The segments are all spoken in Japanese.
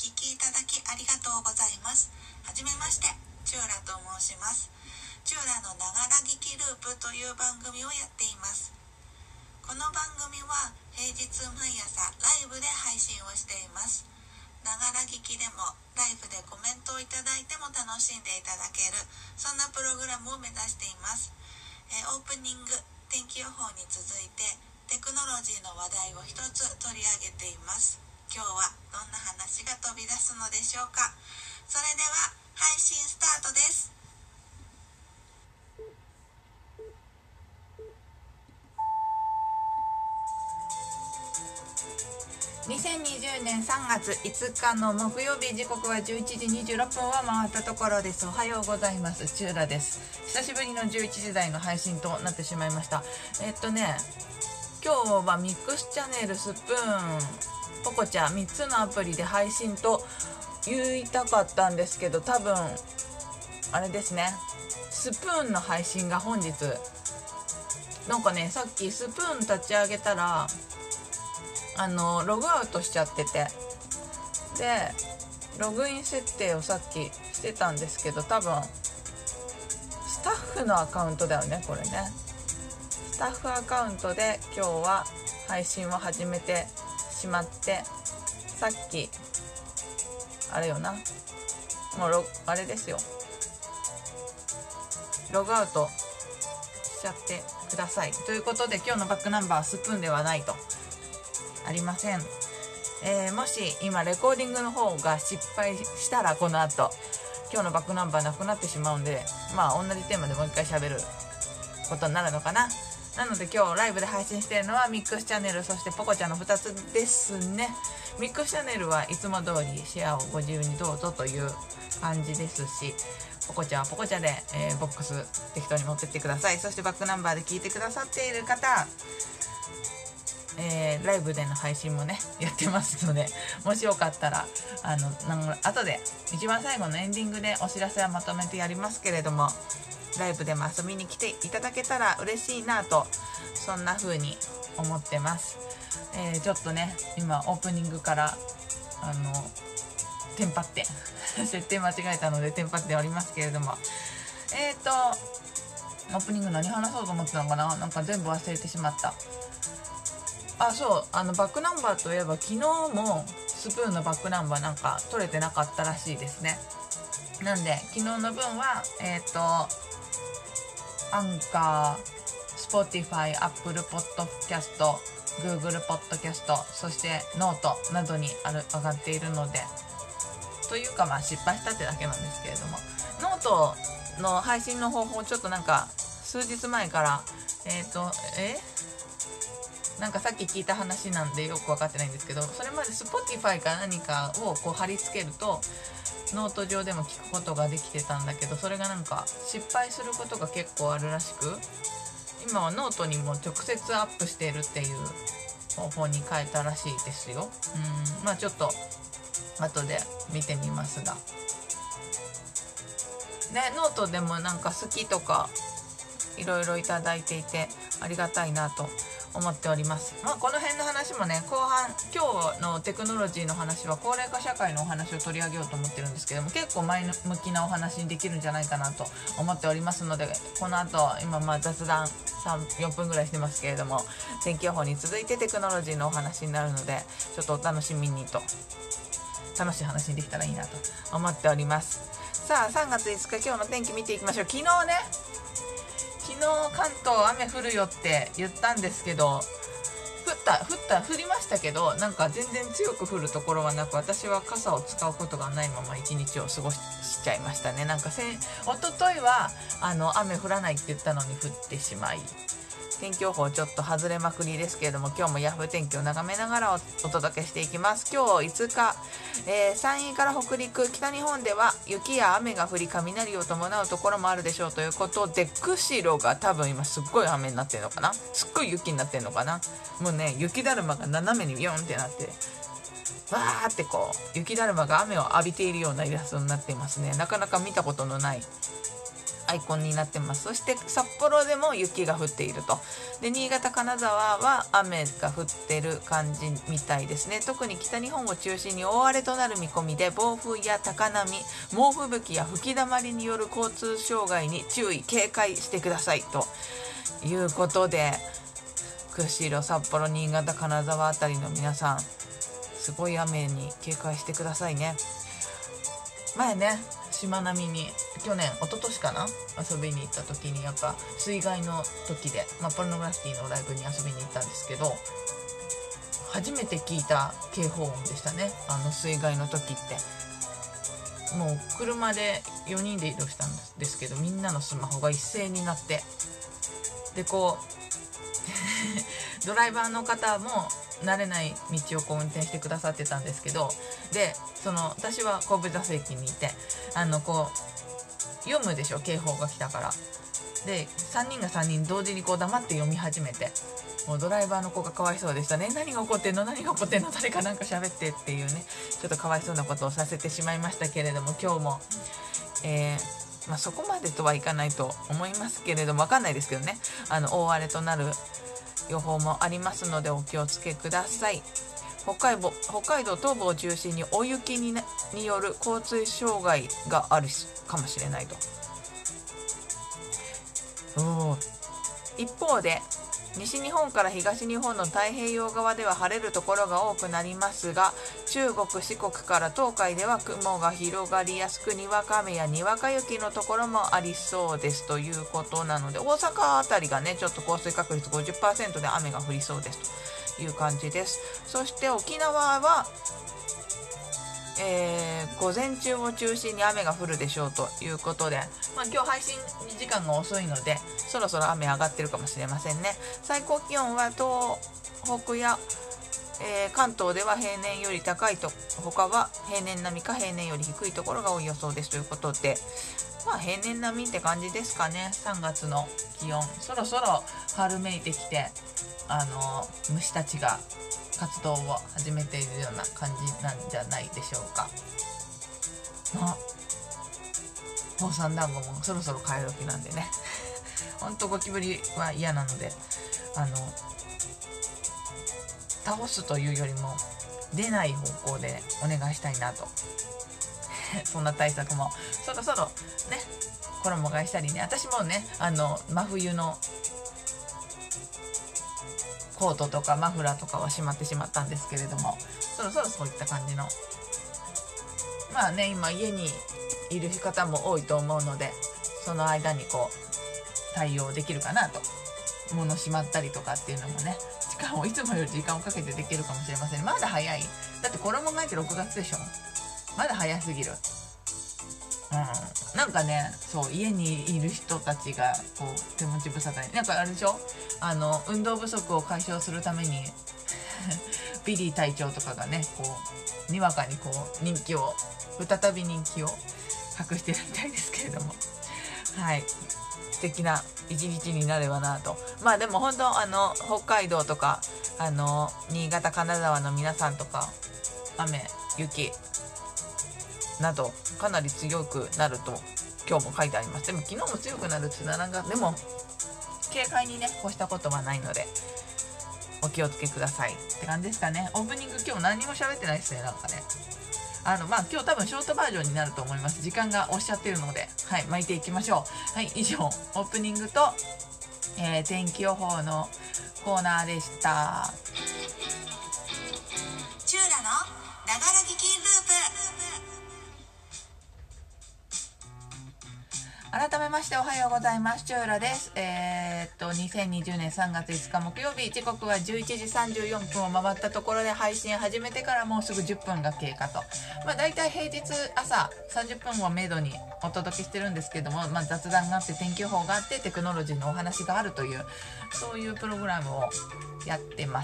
聞きいただきありがとうございます。はじめまして、チューラと申します。チューラのながら聞きループという番組をやっています。この番組は平日毎朝ライブで配信をしています。ながら聞きでもライブでコメントをいただいても楽しんでいただける、そんなプログラムを目指しています。オープニング天気予報に続いてテクノロジーの話題を一つ取り上げています。今日はどんな話が飛び出すのでしょうか。それでは配信スタートです。2020年3月5日の木曜日、時刻は11時26分を回ったところです。おはようございます。チューラです。久しぶりの11時台の配信となってしまいました。今日はミックスチャンネル、スプーン、ポコチャ3つのアプリで配信と言いたかったんですけど、多分あれですね、スプーンの配信が本日なんかね、さっきスプーン立ち上げたらログアウトしちゃってて、でログイン設定をさっきしてたんですけど、多分スタッフのアカウントだよね、これね。スタッフアカウントで今日は配信を始めてしまって、さっきあれよな、もうあれですよ、ログアウトしちゃってくださいということで、今日のバックナンバーはスプーンではないと、ありません。もし今レコーディングの方が失敗したら、この後今日のバックナンバーなくなってしまうんで、同じテーマでもう一回喋ることになるのかな。なので今日ライブで配信しているのはミックスチャンネル、そしてポコちゃんの2つですね。ミックスチャンネルはいつも通りシェアをご自由にどうぞという感じですし、ポコちゃんはポコちゃんで、ボックス適当に持ってってください。そしてバックナンバーで聞いてくださっている方、ライブでの配信もねやってますので、もしよかったら後で一番最後のエンディングでお知らせはまとめてやりますけれども、ライブでも遊びに来ていただけたら嬉しいなと、そんな風に思ってます。ちょっとね、今オープニングからテンパって設定間違えたのでテンパっておりますけれども、オープニング何話そうと思ってたのかな、なんか全部忘れてしまった。そう、バックナンバーといえば昨日もスプーンのバックナンバーなんか取れてなかったらしいですね。なんで昨日の分はアンカー、Spotify、Apple Podcast、Google Podcast、そしてノートなどに上がっているので、というか失敗したってだけなんですけれども、ノートの配信の方法ちょっとなんか数日前からなんかさっき聞いた話なんでよく分かってないんですけど、それまで Spotify か何かをこう貼り付けるとノート上でも聞くことができてたんだけど、それがなんか失敗することが結構あるらしく、今はノートにも直接アップしているっていう方法に変えたらしいですよ。ちょっと後で見てみますがね、ノートでもなんか好きとかいろいろいただいていてありがたいなと思っております。この辺の話もね、後半今日のテクノロジーの話は高齢化社会のお話を取り上げようと思ってるんですけども、結構前向きなお話にできるんじゃないかなと思っておりますので、この後今雑談4分ぐらいしてますけれども、天気予報に続いてテクノロジーのお話になるので、ちょっとお楽しみにと、楽しい話にできたらいいなと思っております。さあ3月5日今日の天気見ていきましょう。昨日関東雨降るよって言ったんですけど、降りましたけど、なんか全然強く降るところはなく、私は傘を使うことがないまま一日を過ごしちゃいましたね。なんかおとといは雨降らないって言ったのに降ってしまい、天気予報ちょっと外れまくりですけれども、今日もヤフー天気を眺めながらお届けしていきます。今日5日、山陰から北陸、北日本では雪や雨が降り、雷を伴うところもあるでしょうということで、釧路が多分今すっごい雨になってるのかな、すっごい雪になってるのかな。もうね、雪だるまが斜めにビヨンってなって、わーってこう雪だるまが雨を浴びているようなイラストになっていますね。なかなか見たことのないアイコンになってます。そして札幌でも雪が降っていると。で新潟金沢は雨が降ってる感じみたいですね。特に北日本を中心に大荒れとなる見込みで、暴風や高波、猛吹雪や吹きだまりによる交通障害に注意警戒してくださいということで、釧路、札幌、新潟、金沢あたりの皆さん、すごい雨に警戒してくださいね。前ね、しまなみに去年、一昨年かな、遊びに行った時にやっぱ水害の時で、ポルノグラフィティのライブに遊びに行ったんですけど、初めて聞いた警報音でしたね。水害の時ってもう車で4人で移動したんですけど、みんなのスマホが一斉になって、でこうドライバーの方も慣れない道をこう運転してくださってたんですけど、で私は後部座席にいて、こう読むでしょ、警報が来たから。で3人が3人同時にこう黙って読み始めて、もうドライバーの子がかわいそうでしたね。何が起こってんの何が起こってんの、誰かなんか喋ってっていうね、ちょっとかわいそうなことをさせてしまいましたけれども、今日も、そこまでとはいかないと思いますけれども、分かんないですけどね、大荒れとなる予報もありますのでお気をつけください。北海道東部を中心に大雪による交通障害があるかもしれないと。一方で西日本から東日本の太平洋側では晴れるところが多くなりますが、中国四国から東海では雲が広がりやすく、にわか雨やにわか雪のところもありそうですということなので、大阪あたりがねちょっと降水確率 50% で雨が降りそうですという感じです。そして沖縄は午前中を中心に雨が降るでしょうということで、今日配信時間が遅いのでそろそろ雨上がってるかもしれませんね。最高気温は東北や、関東では平年より高いと、他は平年並みか平年より低いところが多い予想ですということで、平年並みって感じですかね。3月の気温、そろそろ春めいてきて、虫たちが活動を始めているような感じなんじゃないでしょうか。ホウサンダンゴもそろそろ買い時なんでねほんとゴキブリは嫌なので、倒すというよりも出ない方向でお願いしたいなとそんな対策もそろそろね衣替えしたりね。私もね真冬のコートとかマフラーとかはしまってしまったんですけれども、そろそろそういった感じの今家にいる方も多いと思うので、その間にこう対応できるかなと。物しまったりとかっていうのもね、いつもより時間をかけてできるかもしれません。まだ早い。だって衣替えって6月でしょ。まだ早すぎる。なんかね、そう家にいる人たちがこう手持ち無沙汰に、なんかあれでしょ、運動不足を解消するためにビリー隊長とかがね、こうにわかにこう再び人気を博してるみたいですけれども、素敵な一日になればなと。でも本当北海道とか新潟金沢の皆さんとか、雨雪などかなり強くなると今日も書いてあります。でも昨日も強くなるってでも警戒にね越したことはないのでお気をつけくださいって感じですかね。オープニング今日何も喋ってないですね。なんかね今日多分ショートバージョンになると思います。時間が押しちゃってるので巻いていきましょう。以上オープニングと、天気予報のコーナーでした。 チューラのながら聞きループ。 改めましておはようございます。チューラです。2020年3月5日木曜日、時刻は11時34分を回ったところで、配信始めてからもうすぐ10分が経過と。だいたい平日朝30分をめどにお届けしてるんですけども、雑談があって天気予報があってテクノロジーのお話があるという、そういうプログラムをやってます。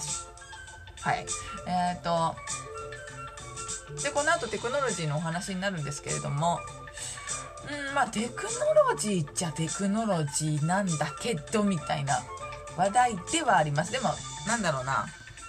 でこの後テクノロジーのお話になるんですけれども、テクノロジーっちゃテクノロジーなんだけどみたいな話題ではあります。でもなんだろうな、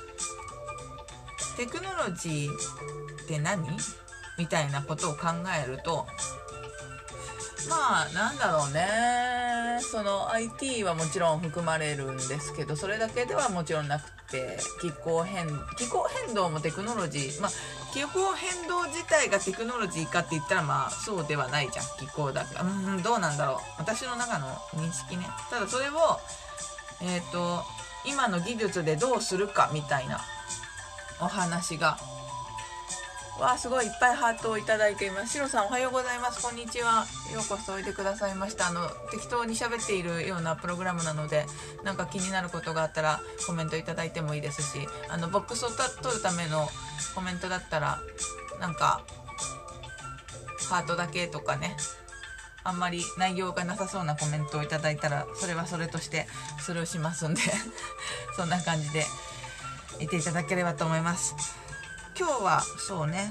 テクノロジーって何みたいなことを考えると、 まあなんだろうね、その IT はもちろん含まれるんですけど、それだけではもちろんなくて、気候変動もテクノロジー、まあ気候変動自体がテクノロジーかって言ったらまあそうではないじゃん。気候だから、どうなんだろう、私の中の認識ね。ただそれを今の技術でどうするかみたいなお話が、すごいいっぱいハートをいただいています。シロさんおはようございます。こんにちは。ようこそおいでくださいました。適当に喋っているようなプログラムなので、なんか気になることがあったらコメントいただいてもいいですし、ボックスを取るためのコメントだったら、なんかハートだけとかね、あんまり内容がなさそうなコメントをいただいたら、それはそれとしてスルーしますんでそんな感じでいていただければと思います。今日はそうね、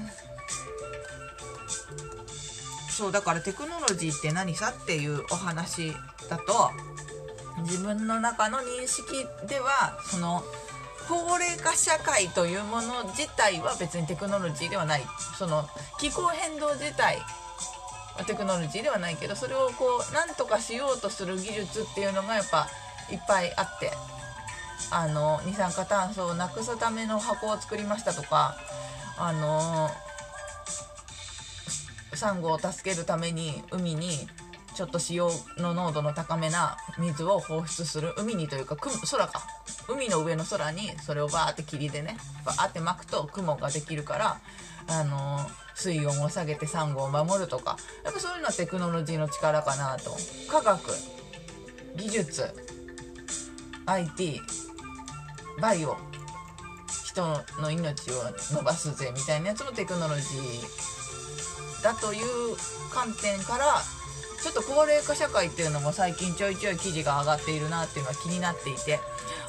そうだからテクノロジーって何さっていうお話だと、自分の中の認識ではその高齢化社会というもの自体は別にテクノロジーではない。その気候変動自体はテクノロジーではないけど、それをこうなんとかしようとする技術っていうのがやっぱいっぱいあって、二酸化炭素をなくすための箱を作りましたとか、サンゴを助けるために海にちょっと塩の濃度の高めな水を放出する、海にというか海の上の空にそれをバーって霧でねバーって巻くと雲ができるから、水温を下げてサンゴを守るとか、やっぱそういうのはテクノロジーの力かなと。科学、技術、 IT、 バイオ、人の命を伸ばすぜみたいなやつもテクノロジーだという観点から、ちょっと高齢化社会っていうのも最近ちょいちょい記事が上がっているなっていうのは気になっていて、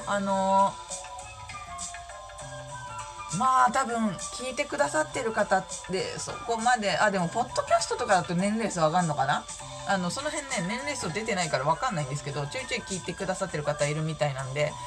まあ多分聞いてくださってる方でそこまででもポッドキャストとかだと年齢層上がるのかな、その辺ね年齢層出てないから分かんないんですけど、ちょいちょい聞いてくださってる方いるみたいなんで、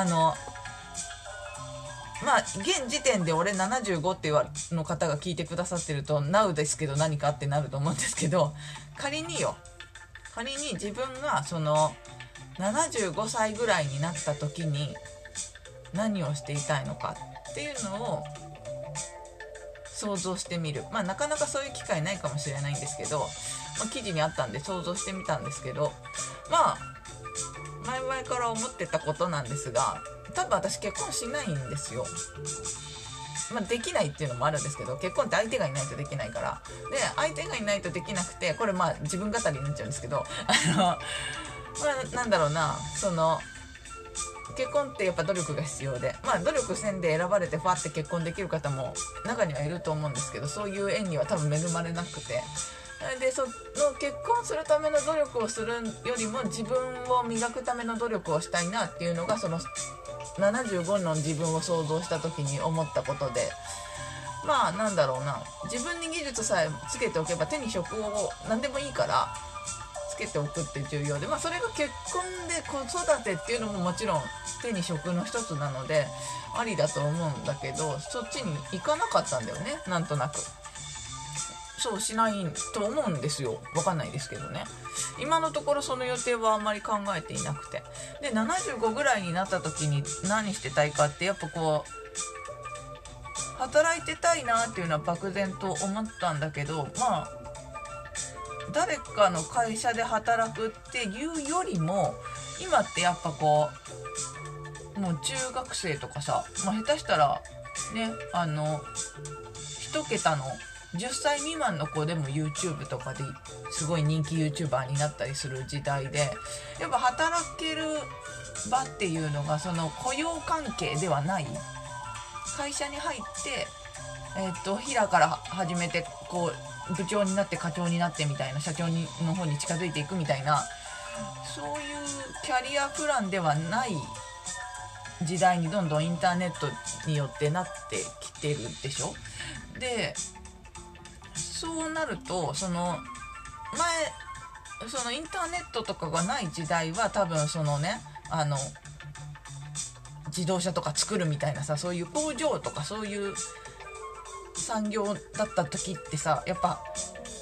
まあ現時点で俺75っての方が聞いてくださってると Now ですけど何かってなると思うんですけど、仮に自分がその75歳ぐらいになった時に何をしていたいのかっていうのを想像してみる。まあなかなかそういう機会ないかもしれないんですけど、記事にあったんで想像してみたんですけど、まあ前々から思ってたことなんですが、多分私結婚しないんですよ。できないっていうのもあるんですけど、結婚って相手がいないとできないから、で相手がいないとできなくて、これ自分語りになっちゃうんですけど、なんだろうな、その結婚ってやっぱ努力が必要で、努力せんで選ばれてファって結婚できる方も中にはいると思うんですけど、そういう縁には多分恵まれなくて、でその結婚するための努力をするよりも自分を磨くための努力をしたいなっていうのが、その75の自分を想像した時に思ったことで、なんだろうな、自分に技術さえつけておけば手に職を何でもいいからつけておくって重要で、それが結婚で子育てっていうのももちろん手に職の一つなのでありだと思うんだけど、そっちに行かなかったんだよね。なんとなくそうしないと思うんですよ。わかんないですけどね。今のところその予定はあんまり考えていなくて、で75ぐらいになった時に何してたいかって、やっぱこう働いてたいなっていうのは漠然と思ったんだけど、誰かの会社で働くっていうよりも、今ってやっぱこうもう中学生とかさ、下手したらね一桁の10歳未満の子でも YouTube とかですごい人気 YouTuber になったりする時代で、やっぱ働ける場っていうのがその雇用関係ではない会社に入って、平から始めてこう部長になって課長になってみたいな、社長の方に近づいていくみたいな、そういうキャリアプランではない時代にどんどんインターネットによってなってきてるでしょ。でそうなると、そのインターネットとかがない時代は多分そのね自動車とか作るみたいなさ、そういう工場とかそういう産業だった時ってさ、やっぱ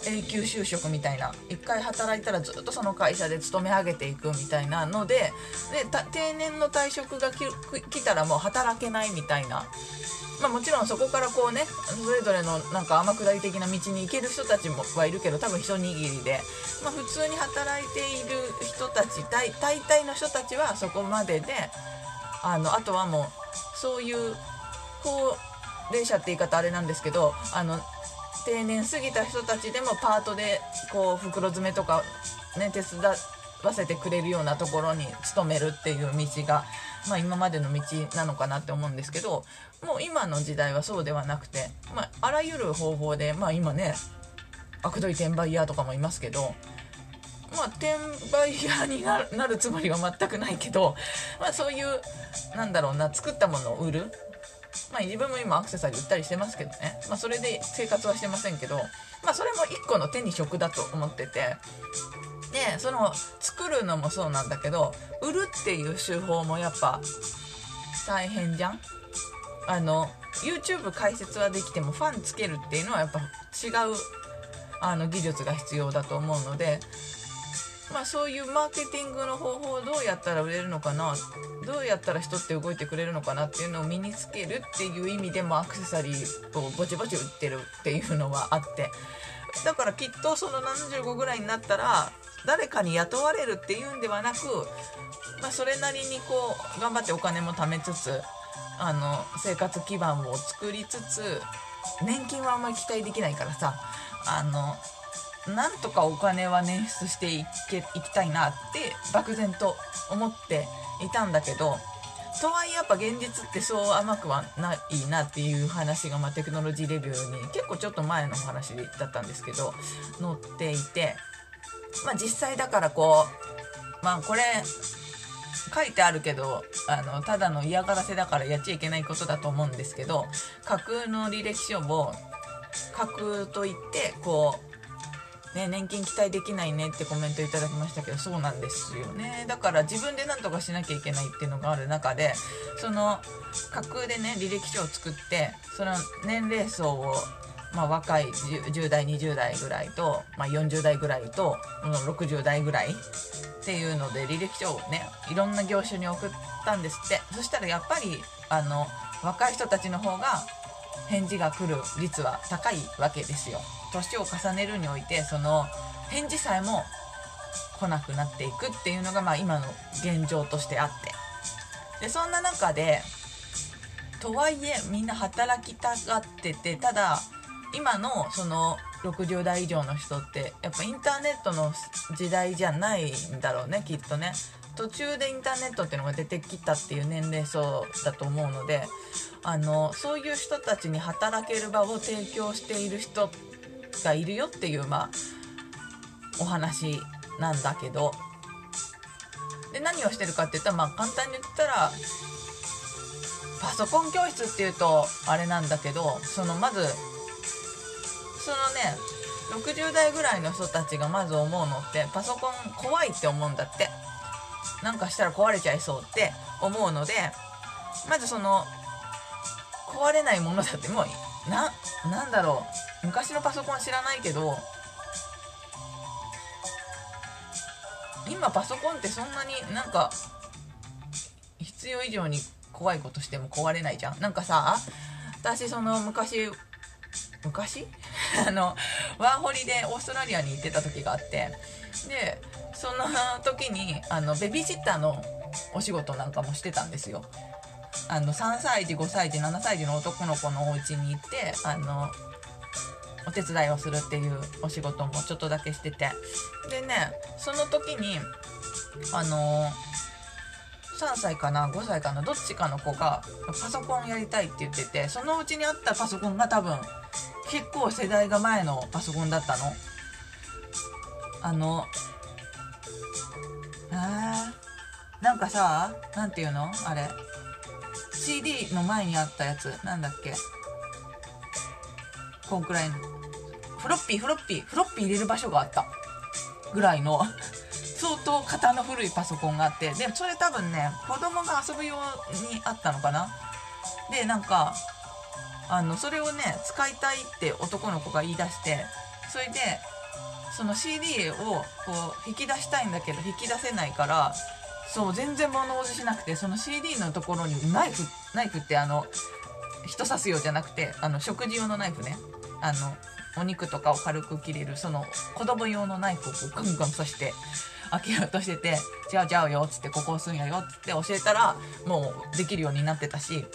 永久就職みたいな、一回働いたらずっとその会社で勤め上げていくみたいなので、定年の退職が来たらもう働けないみたいな、もちろんそこからこうね、それぞれのなんか天下り的な道に行ける人たちもはいるけど、多分一握りで、普通に働いている人たち、大体の人たちはそこまでで、あとはもうそういう高齢者って言い方あれなんですけど、定年過ぎた人たちでもパートでこう袋詰めとかね手伝わせてくれるようなところに勤めるっていう道が、今までの道なのかなって思うんですけど、もう今の時代はそうではなくて、あらゆる方法で、今ね悪どい転売ヤーとかもいますけど、転売ヤーになるつもりは全くないけど、そういう作ったものを売る、自分も今アクセサリー売ったりしてますけどね、それで生活はしてませんけど、それも一個の手に職だと思ってて、でその作るのもそうなんだけど、売るっていう手法もやっぱ大変じゃん。YouTube 解説はできてもファンつけるっていうのはやっぱ違う技術が必要だと思うので、そういうマーケティングの方法をどうやったら売れるのかな、どうやったら人って動いてくれるのかなっていうのを身につけるっていう意味でもアクセサリーをぼちぼち売ってるっていうのはあって、だからきっとその75ぐらいになったら誰かに雇われるっていうんではなく、それなりにこう頑張ってお金も貯めつつ、生活基盤を作りつつ、年金はあんまり期待できないからさ、なんとかお金は捻出していきたいなって漠然と思っていたんだけど、とはいえやっぱ現実ってそう甘くはないなっていう話が、テクノロジーレビューに結構ちょっと前の話だったんですけど載っていて、実際だからこうこれ書いてあるけどただの嫌がらせだからやっちゃいけないことだと思うんですけど、架空の履歴書を架空といってこう年金期待できないねってコメントいただきましたけど、そうなんですよね。だから自分で何とかしなきゃいけないっていうのがある中で、その架空でね履歴書を作って、その年齢層を若い10代20代ぐらいと、40代ぐらいと60代ぐらいっていうので履歴書をねいろんな業種に送ったんですって。そしたらやっぱり若い人たちの方が返事が来る率は高いわけですよ。年を重ねるにおいてその返事さえも来なくなっていくっていうのが今の現状としてあって、でそんな中でとはいえみんな働きたがってて、ただ今のその60代以上の人ってやっぱインターネットの時代じゃないんだろうね、きっとね。途中でインターネットっていうのが出てきたっていう年齢層だと思うので、そういう人たちに働ける場を提供している人がいるよっていうお話なんだけど、で何をしてるかって言ったら簡単に言ったらパソコン教室っていうとあれなんだけど、まずそのね60代ぐらいの人たちがまず思うのってパソコン怖いって思うんだって。なんかしたら壊れちゃいそうって思うので、まずその壊れないものだってもうなんだろう、昔のパソコン知らないけど今パソコンってそんなになんか必要以上に怖いことしても壊れないじゃん。なんかさ、私その昔ワーホリでオーストラリアに行ってた時があって、でその時にベビーシッターのお仕事なんかもしてたんですよ。3歳児5歳児7歳児の男の子のお家に行ってお手伝いをするっていうお仕事もちょっとだけしてて、でねその時に3歳かな5歳かなどっちかの子がパソコンやりたいって言ってて、そのうちにあったパソコンが多分結構世代が前のパソコンだったの。なんかさ、なんていうのあれ CD の前にあったやつなんだっけ、こんくらいのフロッピー入れる場所があったぐらいの相当型の古いパソコンがあって、でそれ多分ね子供が遊ぶ用にあったのかな。でなんかそれをね使いたいって男の子が言い出して、それでその CD をこう引き出したいんだけど引き出せないから、そう全然物おじしなくて、その CD のところにナイフって人刺す用じゃなくて食事用のナイフね、お肉とかを軽く切れるその子供用のナイフをこうガンガン刺して開けようとしてて、違うよっつって、ここ押すんやよっつって教えたらもうできるようになってたし、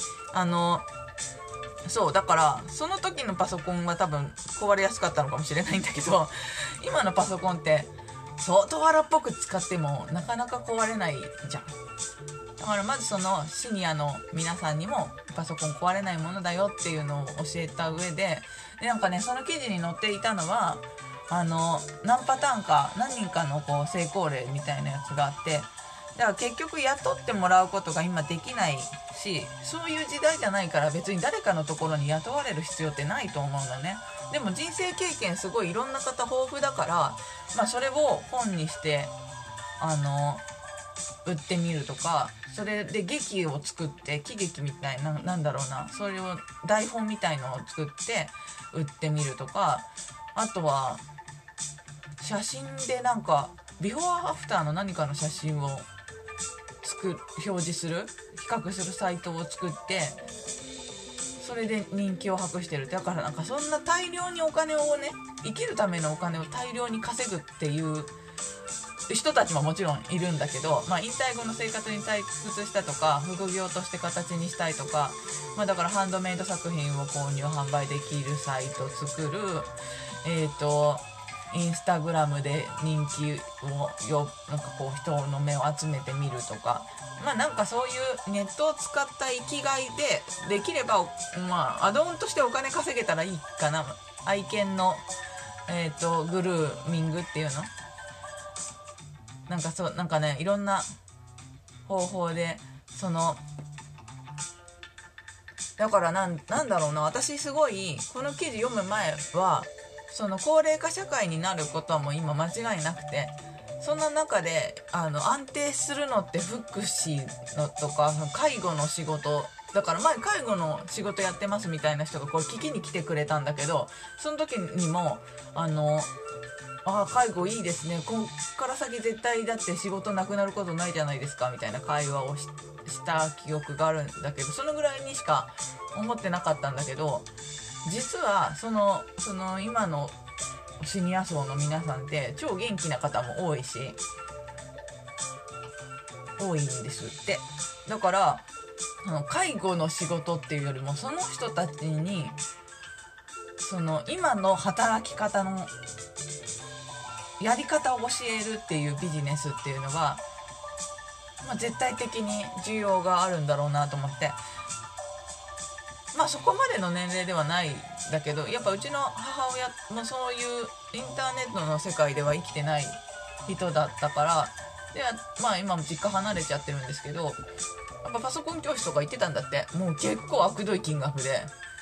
そうだからその時のパソコンは多分壊れやすかったのかもしれないんだけど、今のパソコンって相当荒っぽく使ってもなかなか壊れないじゃん。だからまずそのシニアの皆さんにもパソコン壊れないものだよっていうのを教えた上で、なんかねその記事に載っていたのは何パターンか何人かのこう成功例みたいなやつがあって、だから結局雇ってもらうことが今できないし、そういう時代じゃないから別に誰かのところに雇われる必要ってないと思うのね。でも人生経験すごいいろんな方豊富だから、それを本にして売ってみるとか、それで劇を作って喜劇みたいな、なんだろうな、それを台本みたいのを作って売ってみるとか、あとは写真でなんかビフォーアフターの何かの写真を表示する比較するサイトを作って、それで人気を博してる。だからなんかそんな大量にお金をね、生きるためのお金を大量に稼ぐっていう人たちももちろんいるんだけど、引退後の生活に退屈したとか副業として形にしたいとか、だからハンドメイド作品を購入販売できるサイトを作る、インスタグラムで人気をなんかこう人の目を集めてみるとか、なんかそういうネットを使った生きがいでできればアドオンとしてお金稼げたらいいかな。愛犬のグルーミングっていうの、なんかね、いろんな方法でだからなんだろうな、私すごいこの記事読む前はその高齢化社会になることはもう今間違いなくて、そんな中で安定するのって福祉のとか介護の仕事だから、前介護の仕事やってますみたいな人がこう聞きに来てくれたんだけど、その時にも介護いいですね、こっから先絶対だって仕事なくなることないじゃないですかみたいな会話をした記憶があるんだけど、そのぐらいにしか思ってなかったんだけど、実はその今のシニア層の皆さんって超元気な方も多いんですって。だから介護の仕事っていうよりもその人たちに今の働き方のやり方を教えるっていうビジネスっていうのが、絶対的に需要があるんだろうなと思って、そこまでの年齢ではないんだけど、やっぱうちの母親もそういうインターネットの世界では生きてない人だったから、で今も実家離れちゃってるんですけど、やっぱパソコン教室とか行ってたんだって。もう結構悪どい金額で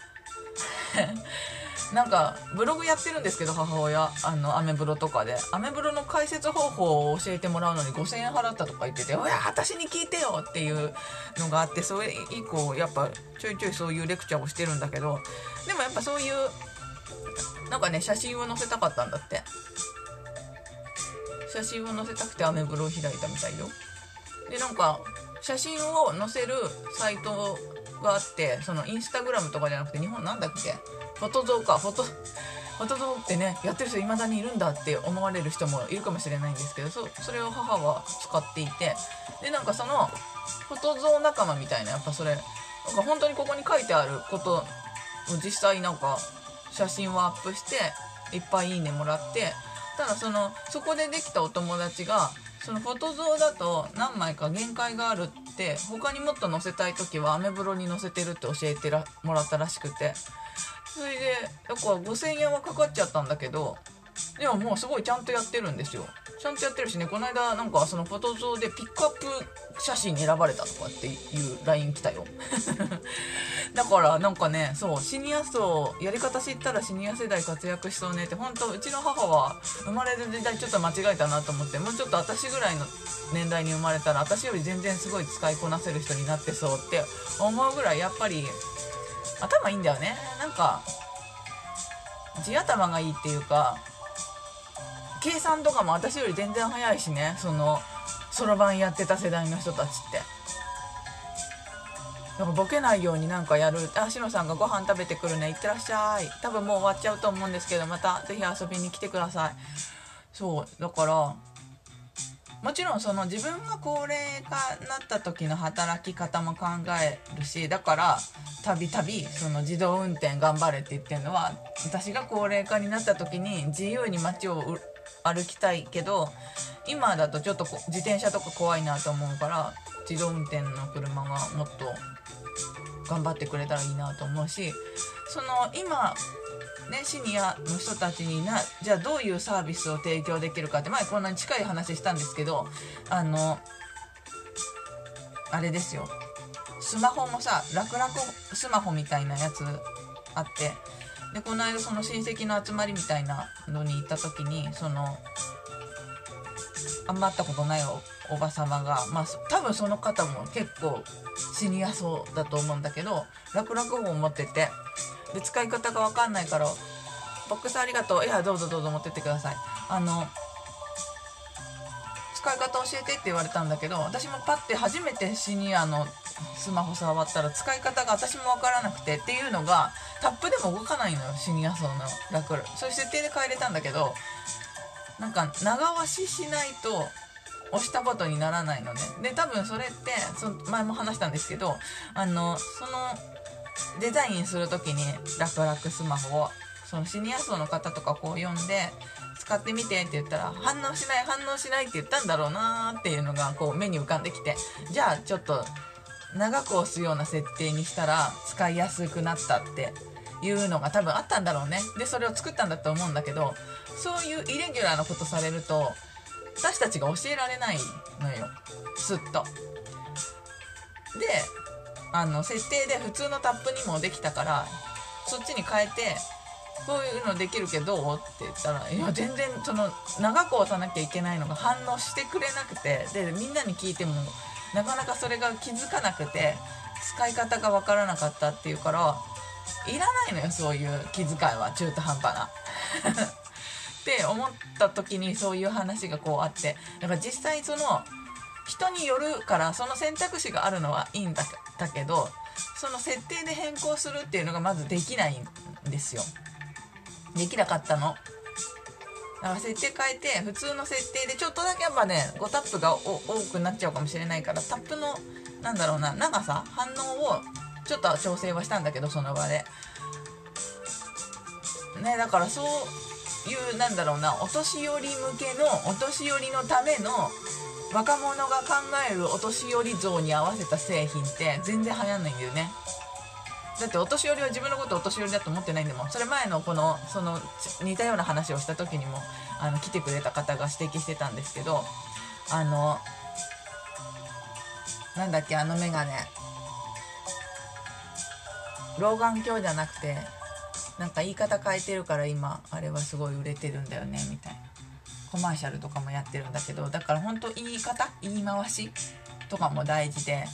なんかブログやってるんですけど、母親アメブロとかでアメブロの解説方法を教えてもらうのに5000円払ったとか言ってて、おや私に聞いてよっていうのがあって、それ以降やっぱちょいちょいそういうレクチャーをしてるんだけど、でもやっぱそういうなんかね、写真を載せたかったんだって。写真を載せたくてアメブロを開いたみたいよ。でなんか写真を載せるサイトがあって、そのインスタグラムとかじゃなくて日本なんだっけ、フォトゾーか、フォトゾーってねやってる人未だにいるんだって思われる人もいるかもしれないんですけど、それを母は使っていて、でなんかそのフォトゾー仲間みたいな、やっぱそれなんか本当にここに書いてあることを実際なんか写真をアップしていっぱいいいねもらって、ただそこでできたお友達がそのフォトゾーだと何枚か限界があるって、他にもっと載せたい時はアメブロに載せてるって教えてもらったらしくて、それでだから5000円はかかっちゃったんだけど、でももうすごいちゃんとやってるんですよ。ちゃんとやってるしね、この間なんかそのフォトゾーでピックアップ写真に選ばれたとかっていう LINE 来たよだからなんかね、そうシニア層やり方知ったらシニア世代活躍しそうねって、本当うちの母は生まれる時代ちょっと間違えたなと思って、もうちょっと私ぐらいの年代に生まれたら私より全然すごい使いこなせる人になってそうって思うぐらい、やっぱり頭いいんだよね。なんか地頭がいいっていうか、 計算とかも私より全然早いしね、そのそろばんやってた世代の人たちって。だからボケないようになんかやる。しのさんがご飯食べてくるね、いってらっしゃい。多分もう終わっちゃうと思うんですけど、またぜひ遊びに来てください。そうだから、もちろんその自分が高齢化になった時の働き方も考えるし、だからたびたびその自動運転頑張れって言ってるのは、私が高齢化になった時に自由に街を歩きたいけど、今だとちょっと自転車とか怖いなと思うから、自動運転の車がもっと頑張ってくれたらいいなと思うし、その今ね、シニアの人たちにじゃあどういうサービスを提供できるかって、前こんなに近い話したんですけど、あれですよ、スマホもさ、楽々スマホみたいなやつあって、でこの間その親戚の集まりみたいなのに行った時に、そのあんま会ったことないおば様が、多分その方も結構シニア層だと思うんだけど、楽々本を持ってて、で使い方が分かんないから、ボックスありがとう、いやどうぞどうぞ持ってってください、使い方教えてって言われたんだけど、私もパッて初めてシニアのスマホ触ったら使い方が私も分からなくて、っていうのがタップでも動かないのよ、シニア層の楽々。そういう設定で変えれたんだけど、なんか長押ししないと押したことにならないのね。で多分それって前も話したんですけど、そのデザインする時に楽々スマホをそのシニア層の方とかこう呼んで使ってみてって言ったら、反応しないって言ったんだろうなっていうのがこう目に浮かんできて、じゃあちょっと長く押すような設定にしたら使いやすくなったっていうのが多分あったんだろうね。でそれを作ったんだと思うんだけど、そういうイレギュラーなことされると私たちが教えられないのよ、すっと。で設定で普通のタップにもできたから、そっちに変えて、こういうのできるけどって言ったら、いや全然その長く押さなきゃいけないのが反応してくれなくて、でみんなに聞いてもなかなかそれが気づかなくて、使い方がわからなかったっていうから、いらないのよそういう気遣いは、中途半端なって思った時に、そういう話がこうあって、だから実際その人によるから、その選択肢があるのはいいんだけど、その設定で変更するっていうのがまずできないんですよ。できなかったの。だから設定変えて、普通の設定でちょっとだけやっぱね、5タップが多くなっちゃうかもしれないから、タップの長さ、反応をちょっと調整はしたんだけど、その場でね。だからそういうお年寄り向けの、お年寄りのための、若者が考えるお年寄り像に合わせた製品って全然流行んないんだよね。だってお年寄りは自分のことをお年寄りだと思ってないんだもん。それ前のその似たような話をした時にも来てくれた方が指摘してたんですけど、なんだっけ、メガネ、老眼鏡じゃなくて、なんか言い方変えてるから今あれはすごい売れてるんだよねみたいなコマーシャルとかもやってるんだけど、だから本当言い回しとかも大事で、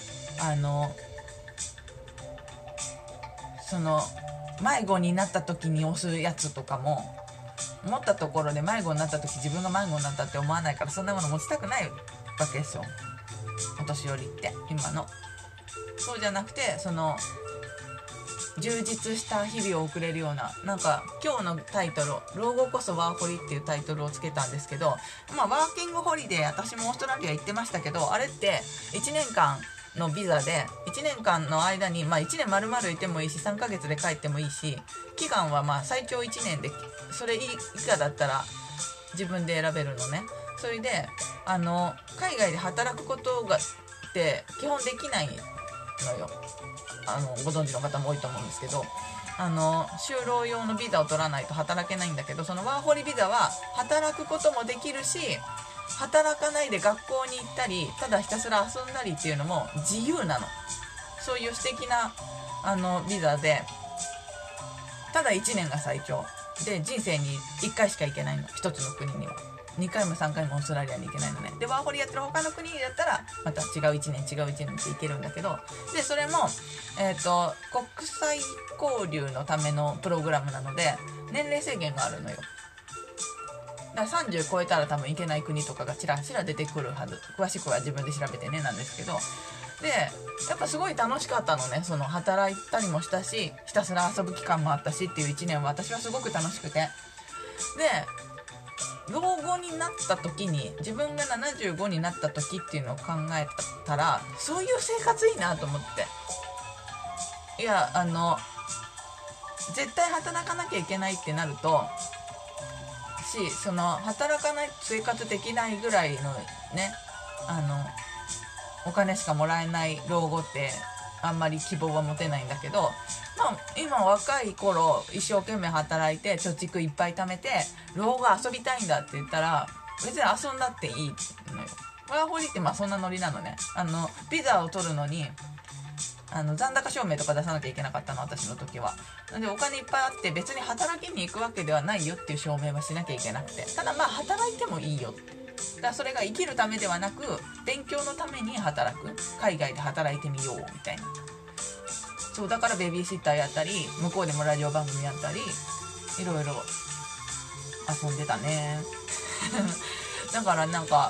その迷子になった時に押すやつとかも、持ったところで迷子になった時自分が迷子になったって思わないから、そんなもの持ちたくないわけですよ、お年寄りって今の。そうじゃなくて、その充実した日々を送れるような、なんか今日のタイトル「老後こそワーホリ」っていうタイトルをつけたんですけど、ワーキングホリデー、私もオーストラリア行ってましたけど、あれって1年間のビザで、1年間の間に、1年丸々いてもいいし、3ヶ月で帰ってもいいし、期間は最長1年で、それ以下だったら自分で選べるのね。それで海外で働くことがって基本できないのよ。ご存知の方も多いと思うんですけど、就労用のビザを取らないと働けないんだけど、そのワーホリビザは働くこともできるし、働かないで学校に行ったり、ただひたすら遊んだりっていうのも自由なの。そういう素敵なビザで、ただ1年が最長で、人生に1回しか行けないの、1つの国には。2回も3回もオーストラリアに行けないのね。でワーホリやってる他の国だったらまた違う1年って行けるんだけど、でそれも、国際交流のためのプログラムなので年齢制限があるのよ。 だから30超えたら多分行けない国とかがちらちら出てくるはず。詳しくは自分で調べてねなんですけど、でやっぱすごい楽しかったのね。その働いたりもしたし、ひたすら遊ぶ期間もあったしっていう1年は私はすごく楽しくて、で老後になった時に、自分が75になった時っていうのを考えたら、そういう生活いいなと思って。いや絶対働かなきゃいけないってなるとその働かない生活できないぐらいのね、お金しかもらえない老後ってあんまり希望は持てないんだけど、今若い頃一生懸命働いて貯蓄いっぱい貯めて老後遊びたいんだって言ったら、別に遊んだっていいのよ。ワーホリってそんなノリなのね。ビザを取るのに残高証明とか出さなきゃいけなかったの、私の時は。なんでお金いっぱいあって別に働きに行くわけではないよっていう証明はしなきゃいけなくて、ただ働いてもいいよって。だからそれが生きるためではなく勉強のために働く、海外で働いてみようみたいな。そうだからベビーシッターやったり、向こうでもラジオ番組やったり、いろいろ遊んでたねだから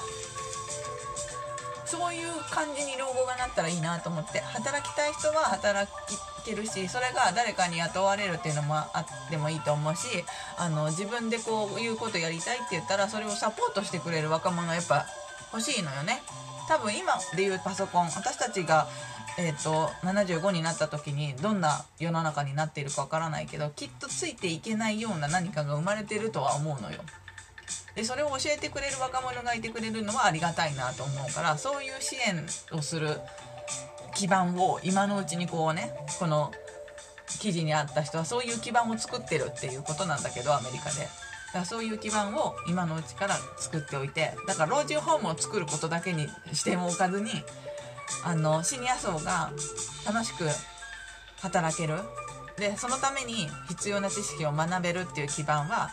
そういう感じに老後がなったらいいなと思って、働きたい人は働けるし、それが誰かに雇われるっていうのもあってもいいと思うし、自分でこういうことやりたいって言ったらそれをサポートしてくれる若者やっぱ欲しいのよね。多分今でいうパソコン、私たちが75になった時にどんな世の中になっているかわからないけど、きっとついていけないような何かが生まれてるとは思うのよ。でそれを教えてくれる若者がいてくれるのはありがたいなと思うから、そういう支援をする基盤を今のうちにこの記事にあった人はそういう基盤を作ってるっていうことなんだけど、アメリカで。だからそういう基盤を今のうちから作っておいて、だから老人ホームを作ることだけに視点を置かずに、シニア層が楽しく働ける、でそのために必要な知識を学べるっていう基盤は、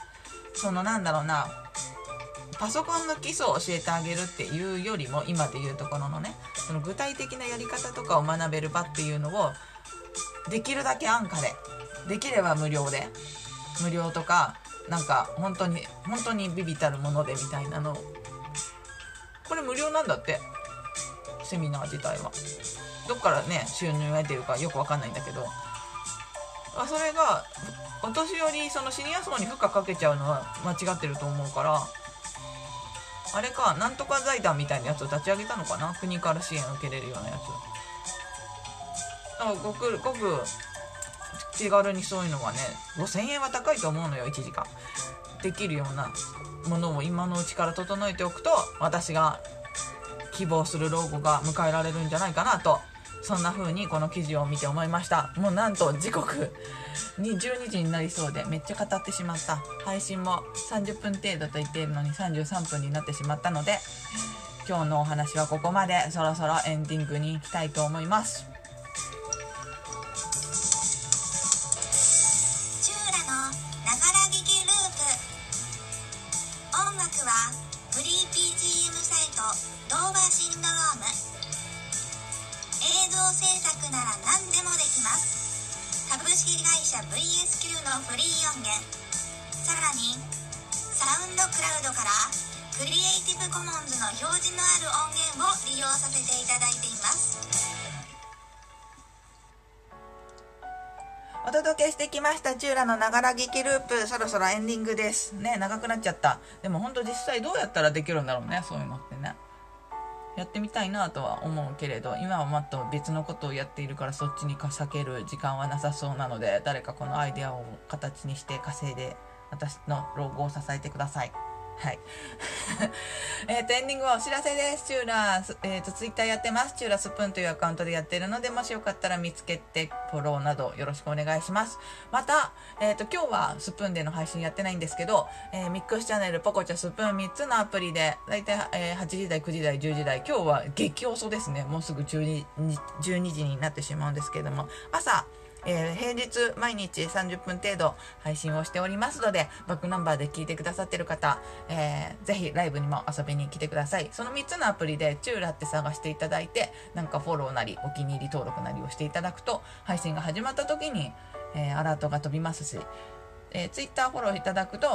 パソコンの基礎を教えてあげるっていうよりも、今でいうところのね、その具体的なやり方とかを学べる場っていうのをできるだけ安価で、できれば無料とか、本当にビビたるものでみたいなの、これ無料なんだって、セミナー自体は。どっからね収入を得てるかよくわかんないんだけど、それがお年寄り、そのシニア層に負荷かけちゃうのは間違ってると思うから、あれか、なんとか財団みたいなやつを立ち上げたのかな、国から支援を受けれるようなやつ。だからごく手軽にそういうのはね、5000円は高いと思うのよ、1時間できるようなものを今のうちから整えておくと、私が希望する老後が迎えられるんじゃないかなと、そんな風にこの記事を見て思いました。もうなんと時刻に12時になりそうで、めっちゃ語ってしまった。配信も30分程度と言っているのに33分になってしまったので、今日のお話はここまで。そろそろエンディングに行きたいと思います。 チューラのながら聞きループ。音楽はフリー BGM サイトドーバーシンドローム。映像制作なら何でもできます。株式会社 VSQ のフリー音源、さらにサウンドクラウドからクリエイティブコモンズの表示のある音源を利用させていただいています。 お届けしてきましたチューラのながら聞きループ、そろそろエンディングですね。長くなっちゃった。でも本当実際どうやったらできるんだろうね、そういうのってね。やってみたいなとは思うけれど、今はもっと別のことをやっているから、そっちに避ける時間はなさそうなので、誰かこのアイデアを形にして稼いで私の老後を支えてください。はいエンディングはお知らせです。チューラツイッターやってます。チューラスプーンというアカウントでやってるので、もしよかったら見つけてフォローなどよろしくお願いします。また、今日はスプーンでの配信やってないんですけど、ミックスチャンネル、ポコチャ、スプーン3つのアプリでだいたい、8時台、9時台、10時台、今日は激遅ですね。もうすぐ12時になってしまうんですけれども、朝平日毎日30分程度配信をしておりますので、バックナンバーで聞いてくださってる方、ぜひライブにも遊びに来てください。その3つのアプリでチューラって探していただいて、なんかフォローなりお気に入り登録なりをしていただくと、配信が始まった時に、アラートが飛びますし、ツイッターフォローいただくと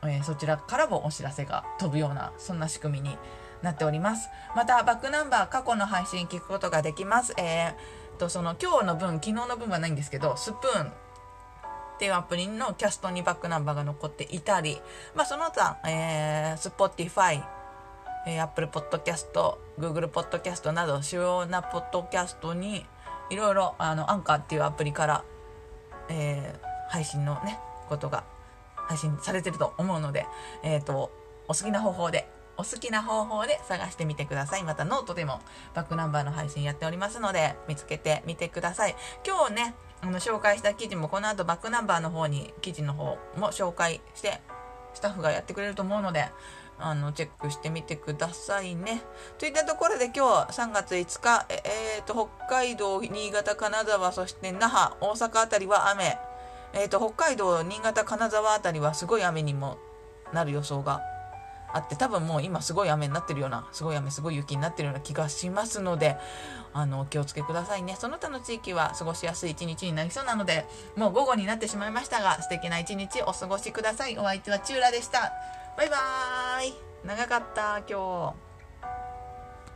そちらからもお知らせが飛ぶような、そんな仕組みになっております。またバックナンバー過去の配信聞くことができます。その今日の分、昨日の分はないんですけど、スプーンっていうアプリのキャストにバックナンバーが残っていたり、その他、Spotify、Apple Podcast、Google Podcast など主要なポッドキャストにいろいろアンカーっていうアプリから、配信のねことが配信されてると思うので、お好きな方法で探してみてください。またノートでもバックナンバーの配信やっておりますので、見つけてみてください。今日ね紹介した記事もこの後バックナンバーの方に記事の方も紹介してスタッフがやってくれると思うので、チェックしてみてくださいね。といったところで今日3月5日、北海道、新潟、金沢、そして那覇、大阪あたりは雨、北海道、新潟、金沢あたりはすごい雨にもなる予想があって、多分もう今すごい雨になってるような、すごい雨すごい雪になってるような気がしますので、お気をつけくださいね。その他の地域は過ごしやすい一日になりそうなので、もう午後になってしまいましたが、素敵な一日お過ごしください。お相手はチューラでした。バイバーイ。長かった今日。